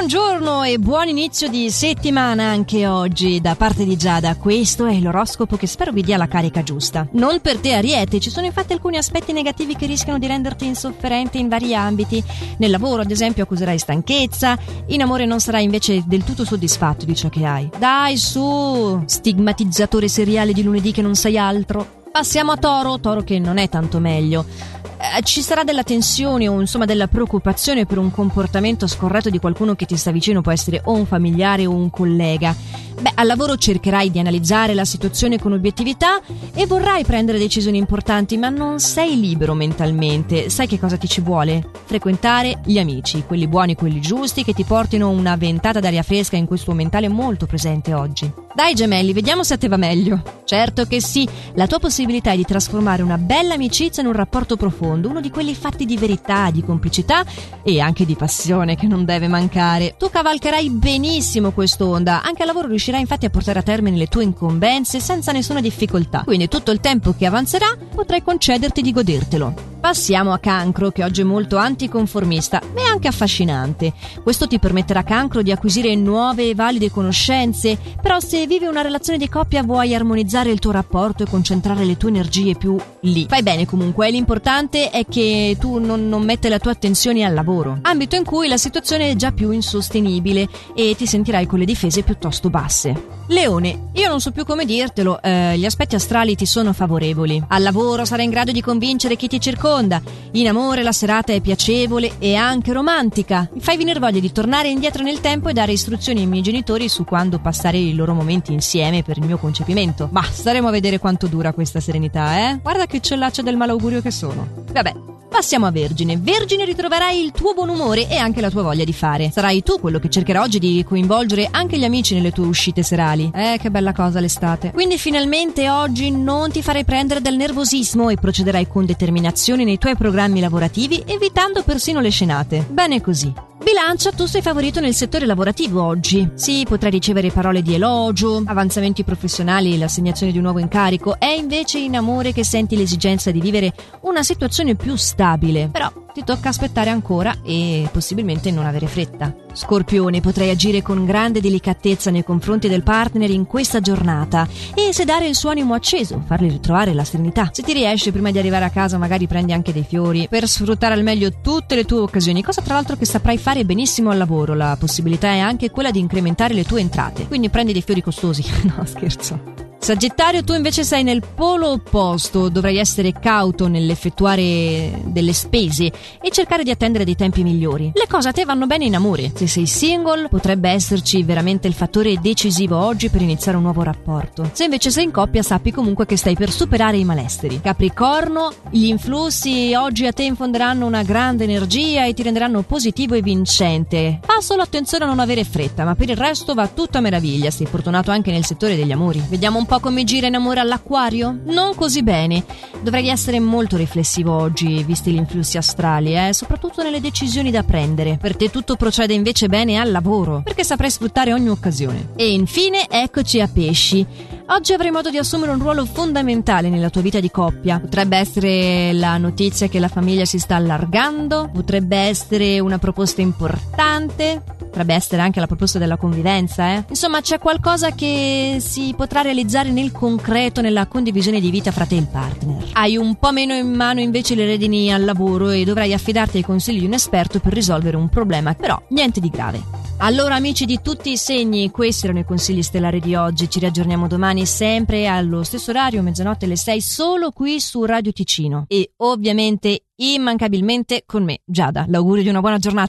Buongiorno e buon inizio di settimana anche oggi da parte di Giada. Questo è l'oroscopo che spero vi dia la carica giusta. Non per te, Ariete, ci sono infatti alcuni aspetti negativi che rischiano di renderti insofferente in vari ambiti. Nel lavoro, ad esempio, accuserai stanchezza, in amore non sarai invece del tutto soddisfatto di ciò che hai. Dai su, stigmatizzatore seriale di lunedì che non sei altro. Passiamo a Toro che non è tanto meglio. Ci sarà della tensione o insomma della preoccupazione per un comportamento scorretto di qualcuno che ti sta vicino, può essere o un familiare o un collega. Al lavoro cercherai di analizzare la situazione con obiettività e vorrai prendere decisioni importanti, ma non sei libero mentalmente. Sai che cosa ti ci vuole? Frequentare gli amici, quelli buoni, quelli giusti, che ti portino una ventata d'aria fresca in questo mentale molto presente oggi. Dai Gemelli, vediamo se a te va meglio. Certo che sì, la tua possibilità è di trasformare una bella amicizia in un rapporto profondo, uno di quelli fatti di verità, di complicità e anche di passione che non deve mancare. Tu cavalcherai benissimo quest'onda, anche al lavoro riuscirai infatti a portare a termine le tue incombenze senza nessuna difficoltà, quindi tutto il tempo che avanzerà potrai concederti di godertelo. Passiamo a Cancro, che oggi è molto anticonformista e anche affascinante. Questo ti permetterà, Cancro, di acquisire nuove e valide conoscenze, però se vivi una relazione di coppia vuoi armonizzare il tuo rapporto e concentrare le tue energie più lì. Fai bene comunque, l'importante è che tu non mette la tua attenzione al lavoro, ambito in cui la situazione è già più insostenibile e ti sentirai con le difese piuttosto basse. Leone, io non so più come dirtelo, gli aspetti astrali ti sono favorevoli. Al lavoro sarai in grado di convincere chi ti circonda. In amore la serata è piacevole e anche romantica. Mi fai venire voglia di tornare indietro nel tempo e dare istruzioni ai miei genitori su quando passare i loro momenti insieme per il mio concepimento. Ma staremo a vedere quanto dura questa serenità, eh? Guarda che uccellaccia del malaugurio che sono. Vabbè. Passiamo a Vergine. Vergine, ritroverai il tuo buon umore e anche la tua voglia di fare. Sarai tu quello che cercherà oggi di coinvolgere anche gli amici nelle tue uscite serali. Che bella cosa l'estate. Quindi finalmente oggi non ti farai prendere dal nervosismo e procederai con determinazione nei tuoi programmi lavorativi, evitando persino le scenate. Bene così. Bilancia, tu sei favorito nel settore lavorativo oggi. Sì, potrai ricevere parole di elogio, avanzamenti professionali e l'assegnazione di un nuovo incarico. È invece in amore che senti l'esigenza di vivere una situazione più stabile. Però ti tocca aspettare ancora e possibilmente non avere fretta. Scorpione, potrai agire con grande delicatezza nei confronti del partner in questa giornata e sedare il suo animo acceso, fargli ritrovare la serenità. Se ti riesce, prima di arrivare a casa magari prendi anche dei fiori per sfruttare al meglio tutte le tue occasioni, cosa tra l'altro che saprai fare benissimo al lavoro. La possibilità è anche quella di incrementare le tue entrate, quindi prendi dei fiori costosi. No, scherzo. Sagittario, tu invece sei nel polo opposto, dovrai essere cauto nell'effettuare delle spese e cercare di attendere dei tempi migliori. Le cose a te vanno bene in amore. Se sei single, potrebbe esserci veramente il fattore decisivo oggi per iniziare un nuovo rapporto. Se invece sei in coppia, sappi comunque che stai per superare i malesteri. Capricorno, gli influssi oggi a te infonderanno una grande energia e ti renderanno positivo e vincente. Fa solo attenzione a non avere fretta, ma per il resto va tutto a meraviglia. Sei fortunato anche nel settore degli amori. Vediamo un po' come gira in amore all'Acquario? Non così bene. Dovrai essere molto riflessivo oggi, visti gli influssi astrali, soprattutto nelle decisioni da prendere. Per te tutto procede invece bene al lavoro, perché saprai sfruttare ogni occasione. E infine eccoci a Pesci. Oggi avrai modo di assumere un ruolo fondamentale nella tua vita di coppia. Potrebbe essere la notizia che la famiglia si sta allargando, potrebbe essere una proposta importante, potrebbe essere anche la proposta della convivenza, Insomma, c'è qualcosa che si potrà realizzare nel concreto nella condivisione di vita fra te e il partner. Hai un po' meno in mano invece le redini al lavoro e dovrai affidarti ai consigli di un esperto per risolvere un problema, però niente di grave. Allora amici di tutti i segni, questi erano i consigli stellari di oggi. Ci riaggiorniamo domani sempre allo stesso orario, mezzanotte alle 6, solo qui su Radio Ticino e ovviamente immancabilmente con me, Giada. L'augurio di una buona giornata.